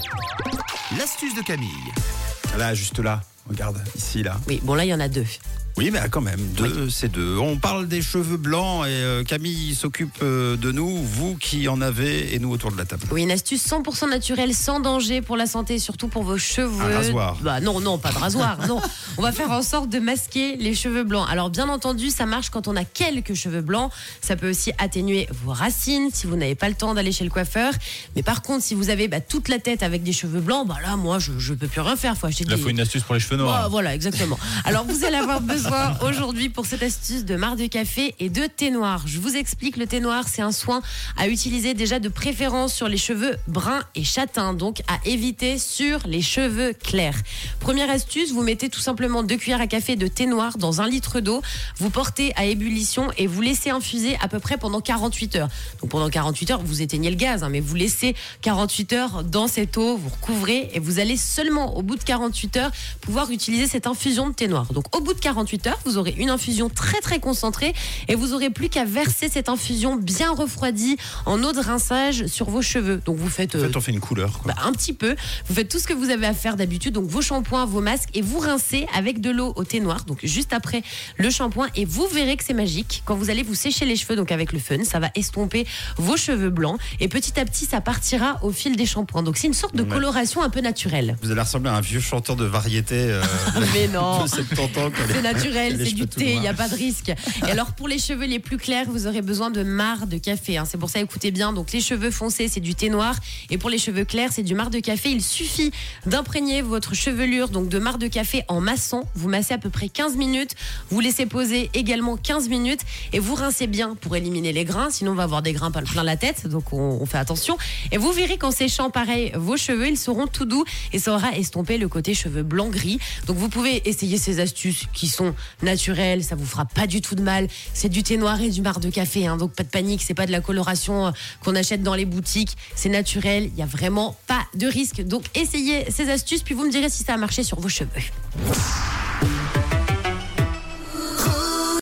L'astuce de Camille. Là, juste là. Regarde, ici, là. Oui, bon là il y en a 2. Oui, mais quand même, c'est deux. On parle des cheveux blancs et Camille s'occupe de nous, vous qui en avez et nous autour de la table. Oui, une astuce 100% naturelle, sans danger pour la santé, surtout pour vos cheveux. Un rasoir. Non, pas de rasoir, non. On va faire en sorte de masquer les cheveux blancs. Alors bien entendu, ça marche quand on a quelques cheveux blancs. Ça peut aussi atténuer vos racines si vous n'avez pas le temps d'aller chez le coiffeur. Mais par contre, si vous avez toute la tête avec des cheveux blancs, là, moi, je peux plus rien faire. Faut acheter Il faut une astuce pour les cheveux noirs. Voilà, exactement. Alors vous allez avoir besoin aujourd'hui pour cette astuce de marc de café et de thé noir. Je vous explique, le thé noir, c'est un soin à utiliser déjà de préférence sur les cheveux bruns et châtains, donc à éviter sur les cheveux clairs. Première astuce, vous mettez tout simplement 2 cuillères à café de thé noir dans 1 litre d'eau, vous portez à ébullition et vous laissez infuser à peu près pendant 48 heures. Donc pendant 48 heures, vous éteignez le gaz, mais vous laissez 48 heures dans cette eau, vous recouvrez et vous allez seulement au bout de 48 heures pouvoir utiliser cette infusion de thé noir. Donc au bout de 48 heures, vous aurez une infusion très très concentrée et vous aurez plus qu'à verser cette infusion bien refroidie en eau de rinçage sur vos cheveux. Donc vous faites... En fait, on fait une couleur, quoi. Un petit peu. Vous faites tout ce que vous avez à faire d'habitude, donc vos shampoings, vos masques, et vous rincez avec de l'eau au thé noir, donc juste après le shampoing, et vous verrez que c'est magique. Quand vous allez vous sécher les cheveux, donc avec le fun, ça va estomper vos cheveux blancs et petit à petit, ça partira au fil des shampoings. Donc c'est une sorte de coloration un peu naturelle. Vous allez ressembler à un vieux chanteur de variété mais non, de 70 ans. C'est naturel, c'est du thé, il n'y a pas de risque. Et alors pour les cheveux les plus clairs, vous aurez besoin de marc de café. C'est pour ça, écoutez bien, donc les cheveux foncés, c'est du thé noir. Et pour les cheveux clairs, c'est du marc de café. Il suffit d'imprégner votre chevelure donc de marc de café en massant. Vous massez à peu près 15 minutes. Vous laissez poser également 15 minutes. Et vous rincez bien pour éliminer les grains. Sinon, on va avoir des grains plein la tête. Donc on fait attention. Et vous verrez qu'en séchant pareil, vos cheveux, ils seront tout doux. Et ça aura estompé le côté cheveux blanc-gris. Donc vous pouvez essayer ces astuces qui sont naturelles. Ça vous fera pas du tout de mal. C'est du thé noir et du marc de café. Donc pas de panique. C'est pas de la coloration qu'on achète dans les boutiques. C'est naturel. Il n'y a vraiment pas de risque. Donc essayez ces astuces. Puis vous me direz si ça a marché sur vos cheveux.